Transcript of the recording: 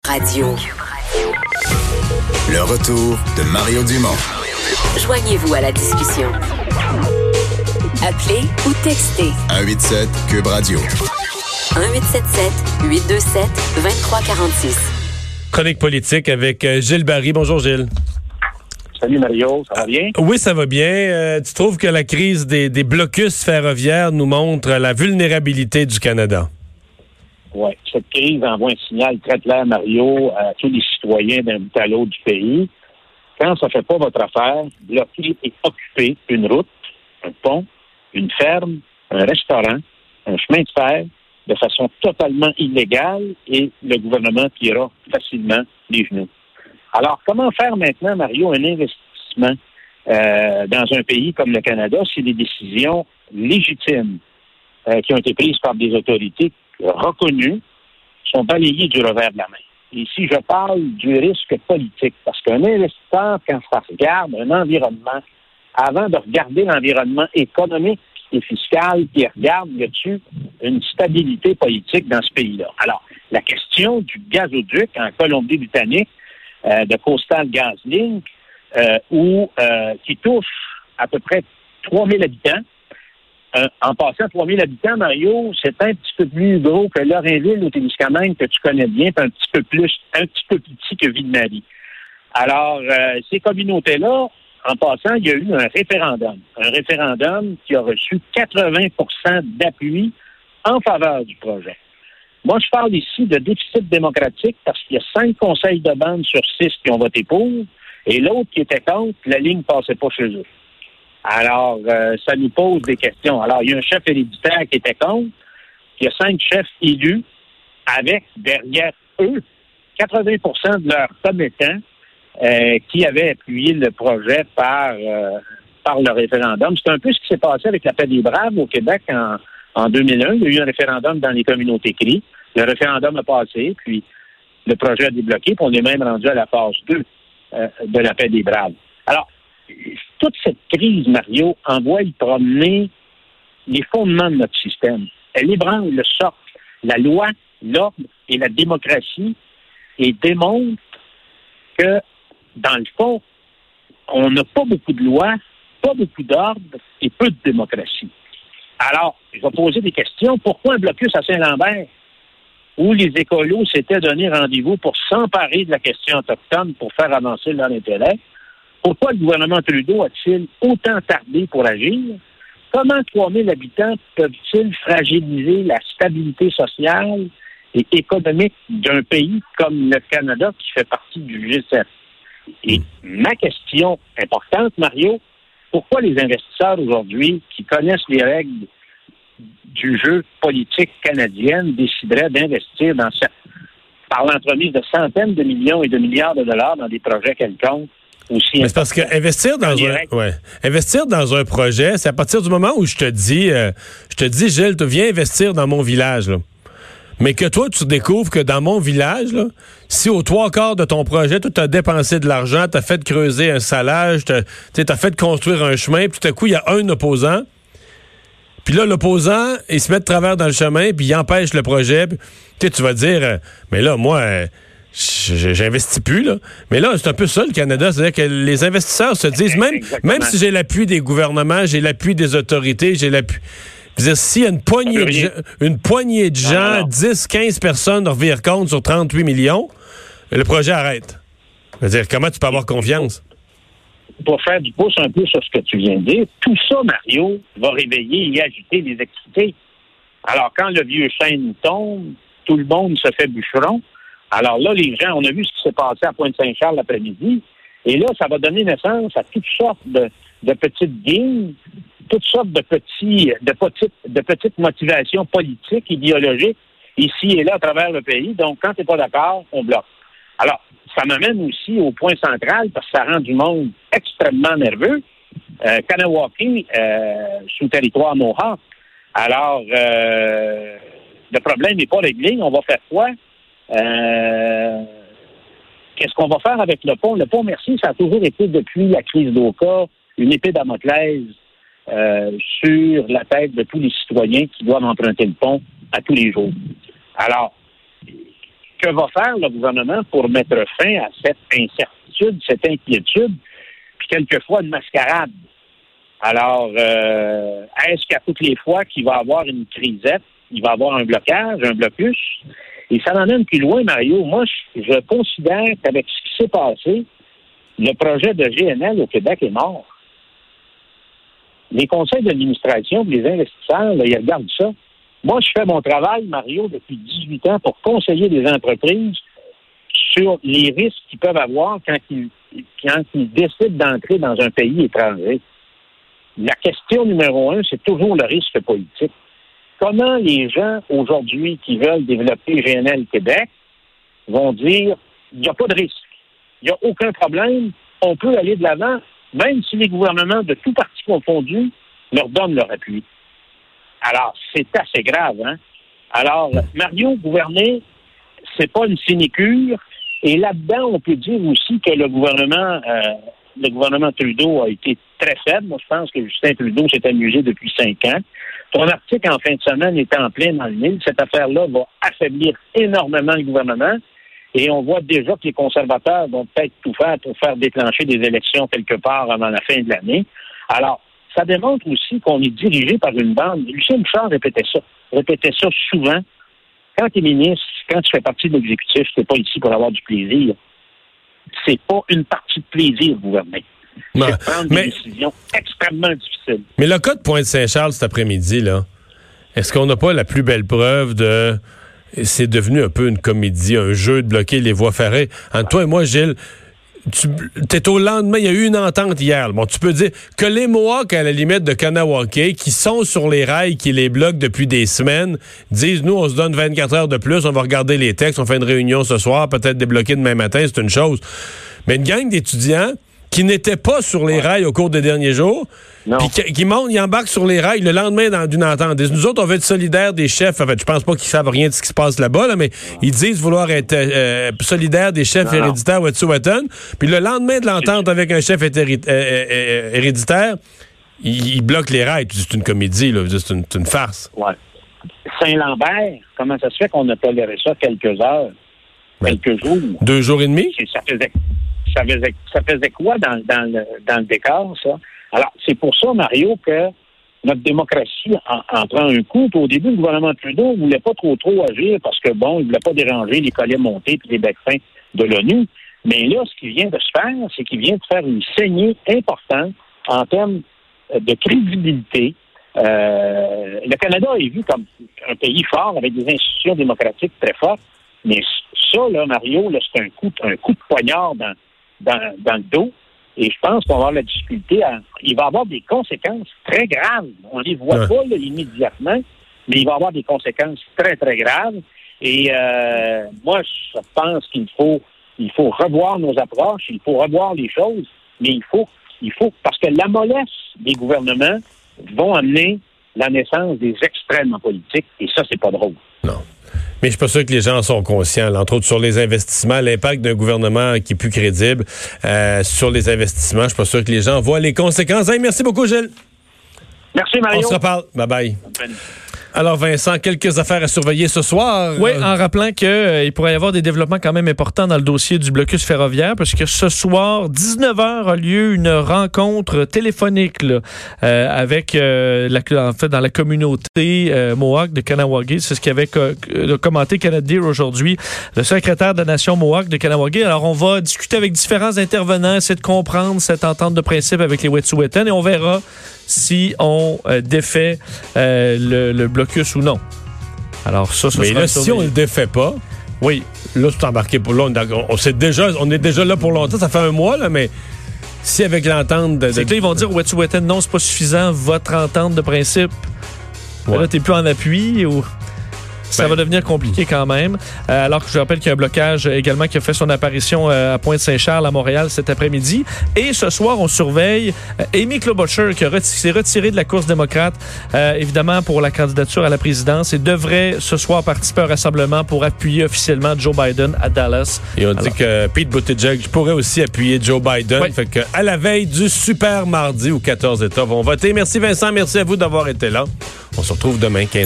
Radio. Le retour de Mario Dumont. Joignez-vous à la discussion. Appelez ou textez. 187 Cube Radio. 1877-827-2346. Chronique politique avec Gilles Barry. Bonjour Gilles. Salut Mario, ça va bien? Oui, ça va bien. Tu trouves que la crise des blocus ferroviaires nous montre la vulnérabilité du Canada? Oui, cette crise envoie un signal très clair, Mario, à tous les citoyens d'un bout à l'autre du pays. Quand ça ne fait pas votre affaire, bloquer et occuper une route, un pont, une ferme, un restaurant, un chemin de fer, de façon totalement illégale, et le gouvernement pliera facilement les genoux. Alors, comment faire maintenant, Mario, un investissement dans un pays comme le Canada si les décisions légitimes qui ont été prises par des autorités reconnues sont balayées du revers de la main? Ici, je parle du risque politique, parce qu'un investisseur, quand ça regarde un environnement, avant de regarder l'environnement économique et fiscal, qui regarde, y a-t-il une stabilité politique dans ce pays-là? Alors, la question du gazoduc en Colombie-Britannique, de Coastal GasLink, qui touche à peu près 3000 habitants. En passant 3000 habitants, Mario, c'est un petit peu plus gros que Lorrainville au Témiscamingue, que tu connais bien, puis un petit peu plus petit que Ville-Marie. Alors, ces communautés-là, en passant, il y a eu un référendum. Un référendum qui a reçu 80% d'appui en faveur du projet. Moi, je parle ici de déficit démocratique parce qu'il y a 5 conseils de bande sur 6 qui ont voté pour, et l'autre qui était contre, la ligne ne passait pas chez eux. Alors, ça nous pose des questions. Alors, il y a un chef héréditaire qui était contre, il y a 5 chefs élus avec, derrière eux, 80% de leurs commettants qui avaient appuyé le projet par le référendum. C'est un peu ce qui s'est passé avec la paix des Braves au Québec en 2001. Il y a eu un référendum dans les communautés CRI. Le référendum a passé, puis le projet a débloqué, puis on est même rendu à la phase 2 de la paix des Braves. Alors, toute cette crise, Mario, envoie y promener les fondements de notre système. Elle ébranle le socle, la loi, l'ordre et la démocratie, et démontre que, dans le fond, on n'a pas beaucoup de lois, pas beaucoup d'ordre et peu de démocratie. Alors, je vais poser des questions. Pourquoi un blocus à Saint-Lambert, où les écolos s'étaient donné rendez-vous pour s'emparer de la question autochtone pour faire avancer leur intérêt? Pourquoi le gouvernement Trudeau a-t-il autant tardé pour agir? Comment 3000 habitants peuvent-ils fragiliser la stabilité sociale et économique d'un pays comme le Canada qui fait partie du G7? Et ma question importante, Mario, pourquoi les investisseurs aujourd'hui qui connaissent les règles du jeu politique canadienne décideraient d'investir par l'entremise de centaines de millions et de milliards de dollars dans des projets quelconques aussi? Mais c'est parce que investir dans un projet, c'est à partir du moment où je te dis, Gilles, tu viens investir dans mon village, là. Mais que toi, tu découvres que dans mon village, là, si aux 3/4 de ton projet, tu as dépensé de l'argent, tu as fait creuser un salage, tu as fait construire un chemin, puis tout à coup, il y a un opposant. Puis là, l'opposant, il se met de travers dans le chemin, puis il empêche le projet. Puis, tu vas dire, mais là, moi, j'investis plus, là. Mais là, c'est un peu ça, le Canada. C'est-à-dire que les investisseurs se disent, même si j'ai l'appui des gouvernements, j'ai l'appui des autorités, j'ai l'appui... S'il y a une poignée de gens, 10-15 personnes revirent compte sur 38 millions, le projet arrête. C'est-à-dire, comment tu peux avoir confiance? Pour faire du pouce un peu sur ce que tu viens de dire, tout ça, Mario, va réveiller et agiter les activités. Alors, quand le vieux chêne tombe, tout le monde se fait bûcheron. Alors là, les gens, on a vu ce qui s'est passé à Pointe-Saint-Charles l'après-midi, et là, ça va donner naissance à toutes sortes de petites lignes, toutes sortes de petites motivations politiques, idéologiques, ici et là à travers le pays. Donc, quand tu n'es pas d'accord, on bloque. Alors, ça m'amène aussi au point central, parce que ça rend du monde extrêmement nerveux. Kanawaki, sous territoire Mohawk. Alors, le problème n'est pas réglé. On va faire quoi? Qu'est-ce qu'on va faire avec le pont? Le pont Mercier, ça a toujours été, depuis la crise d'Oka, une épée Damoclès sur la tête de tous les citoyens qui doivent emprunter le pont à tous les jours. Alors, que va faire le gouvernement pour mettre fin à cette incertitude, cette inquiétude, puis quelquefois une mascarade? Alors, est-ce qu'à toutes les fois qu'il va y avoir une crisette, il va y avoir un blocage, un blocus? Et ça m'emmène plus loin, Mario. Moi, je considère qu'avec ce qui s'est passé, le projet de GNL au Québec est mort. Les conseils d'administration, les investisseurs, là, ils regardent ça. Moi, je fais mon travail, Mario, depuis 18 ans pour conseiller des entreprises sur les risques qu'ils peuvent avoir quand ils décident d'entrer dans un pays étranger. La question numéro 1, c'est toujours le risque politique. Comment les gens, aujourd'hui, qui veulent développer GNL Québec, vont dire, il n'y a pas de risque, il n'y a aucun problème, on peut aller de l'avant, même si les gouvernements de tous partis confondus leur donnent leur appui. Alors, c'est assez grave, hein? Alors, Mario, gouverner, c'est pas une sinécure, et là-dedans, on peut dire aussi que le gouvernement Trudeau a été très faible. Moi, je pense que Justin Trudeau s'est amusé depuis 5 ans. Ton article en fin de semaine est en plein dans le mille. Cette affaire-là va affaiblir énormément le gouvernement. Et on voit déjà que les conservateurs vont peut-être tout faire pour faire déclencher des élections quelque part avant la fin de l'année. Alors, ça démontre aussi qu'on est dirigé par une bande. Lucien Bouchard répétait ça souvent. Quand tu es ministre, quand tu fais partie de l'exécutif, tu n'es pas ici pour avoir du plaisir. C'est pas une partie de plaisir, gouverner. C'est prendre des décisions extrêmement difficiles. Mais le cas de Pointe-Saint-Charles cet après-midi, là, est-ce qu'on n'a pas la plus belle preuve de... C'est devenu un peu une comédie, un jeu de bloquer les voies ferrées. Entre toi et moi, Gilles, t'es au lendemain, il y a eu une entente hier. Bon, tu peux dire que les Mohawks, à la limite de Kanawake, qui sont sur les rails, qui les bloquent depuis des semaines, disent, nous, on se donne 24 heures de plus, on va regarder les textes, on fait une réunion ce soir, peut-être débloquer demain matin, c'est une chose. Mais une gang d'étudiants qui n'étaient pas sur les rails au cours des derniers jours, puis qui montent, ils embarquent sur les rails le lendemain d'une entente. Nous autres, on veut être solidaires des chefs. En fait, je pense pas qu'ils savent rien de ce qui se passe là-bas, là, mais ils disent vouloir être solidaires des chefs héréditaires Wet'suwet'en. Puis le lendemain de l'entente avec un chef héréditaire, ils bloquent les rails. C'est une comédie, là. C'est une farce. Ouais. Saint-Lambert, comment ça se fait qu'on a toléré ça quelques heures, quelques jours? 2 jours et demi? Ça faisait quoi dans le décor, ça? Alors, c'est pour ça, Mario, que notre démocratie en prend un coup. Puis au début, le gouvernement Trudeau ne voulait pas trop agir parce que, bon, il ne voulait pas déranger les collets montés et les becs fins de l'ONU. Mais là, ce qui vient de se faire, c'est qu'il vient de faire une saignée importante en termes de crédibilité. Le Canada est vu comme un pays fort avec des institutions démocratiques très fortes. Mais ça, là, Mario, là, c'est un coup de poignard dans le dos. Et je pense qu'on va avoir la difficulté il va y avoir des conséquences très graves. On les voit pas là, immédiatement, mais il va y avoir des conséquences très, très graves. Et moi, je pense qu'il faut revoir nos approches, il faut revoir les choses, mais il faut parce que la mollesse des gouvernements vont amener la naissance des extrêmes en politique, et ça, c'est pas drôle. Non. Mais je suis pas sûr que les gens sont conscients, là, entre autres sur les investissements, l'impact d'un gouvernement qui est plus crédible sur les investissements. Je suis pas sûr que les gens voient les conséquences. Hey, merci beaucoup, Gilles. Merci, Mario. On se reparle. Bye-bye. Alors, Vincent, quelques affaires à surveiller ce soir. Oui, en rappelant qu'il pourrait y avoir des développements quand même importants dans le dossier du blocus ferroviaire, parce que ce soir, 19h, a lieu une rencontre téléphonique là, avec, dans la communauté Mohawk de Kanawake. C'est ce qu'avait commenté Kenneth Deer aujourd'hui, le secrétaire de la Nation Mohawk de Kanawake. Alors, on va discuter avec différents intervenants, essayer de comprendre cette entente de principe avec les Wet'suwet'en, et on verra si on défait le blocus ou non. Alors ça mais là, si on le défait pas, oui, là c'est embarqué pour là. On est déjà là pour longtemps. Ça fait 1 mois là, mais si avec l'entente, c'est que là ils vont dire Wet'suwet'en non, c'est pas suffisant. Votre entente de principe, là t'es plus en appui ou. Ça va devenir compliqué quand même. Alors que je rappelle qu'il y a un blocage également qui a fait son apparition à Pointe-Saint-Charles, à Montréal, cet après-midi. Et ce soir, on surveille Amy Klobuchar, qui s'est retirée de la course démocrate, évidemment, pour la candidature à la présidence, et devrait ce soir participer à un rassemblement pour appuyer officiellement Joe Biden à Dallas. Et on dit que Pete Buttigieg pourrait aussi appuyer Joe Biden. Oui. Fait que à la veille du super mardi où 14 États vont voter. Merci Vincent, merci à vous d'avoir été là. On se retrouve demain 15h.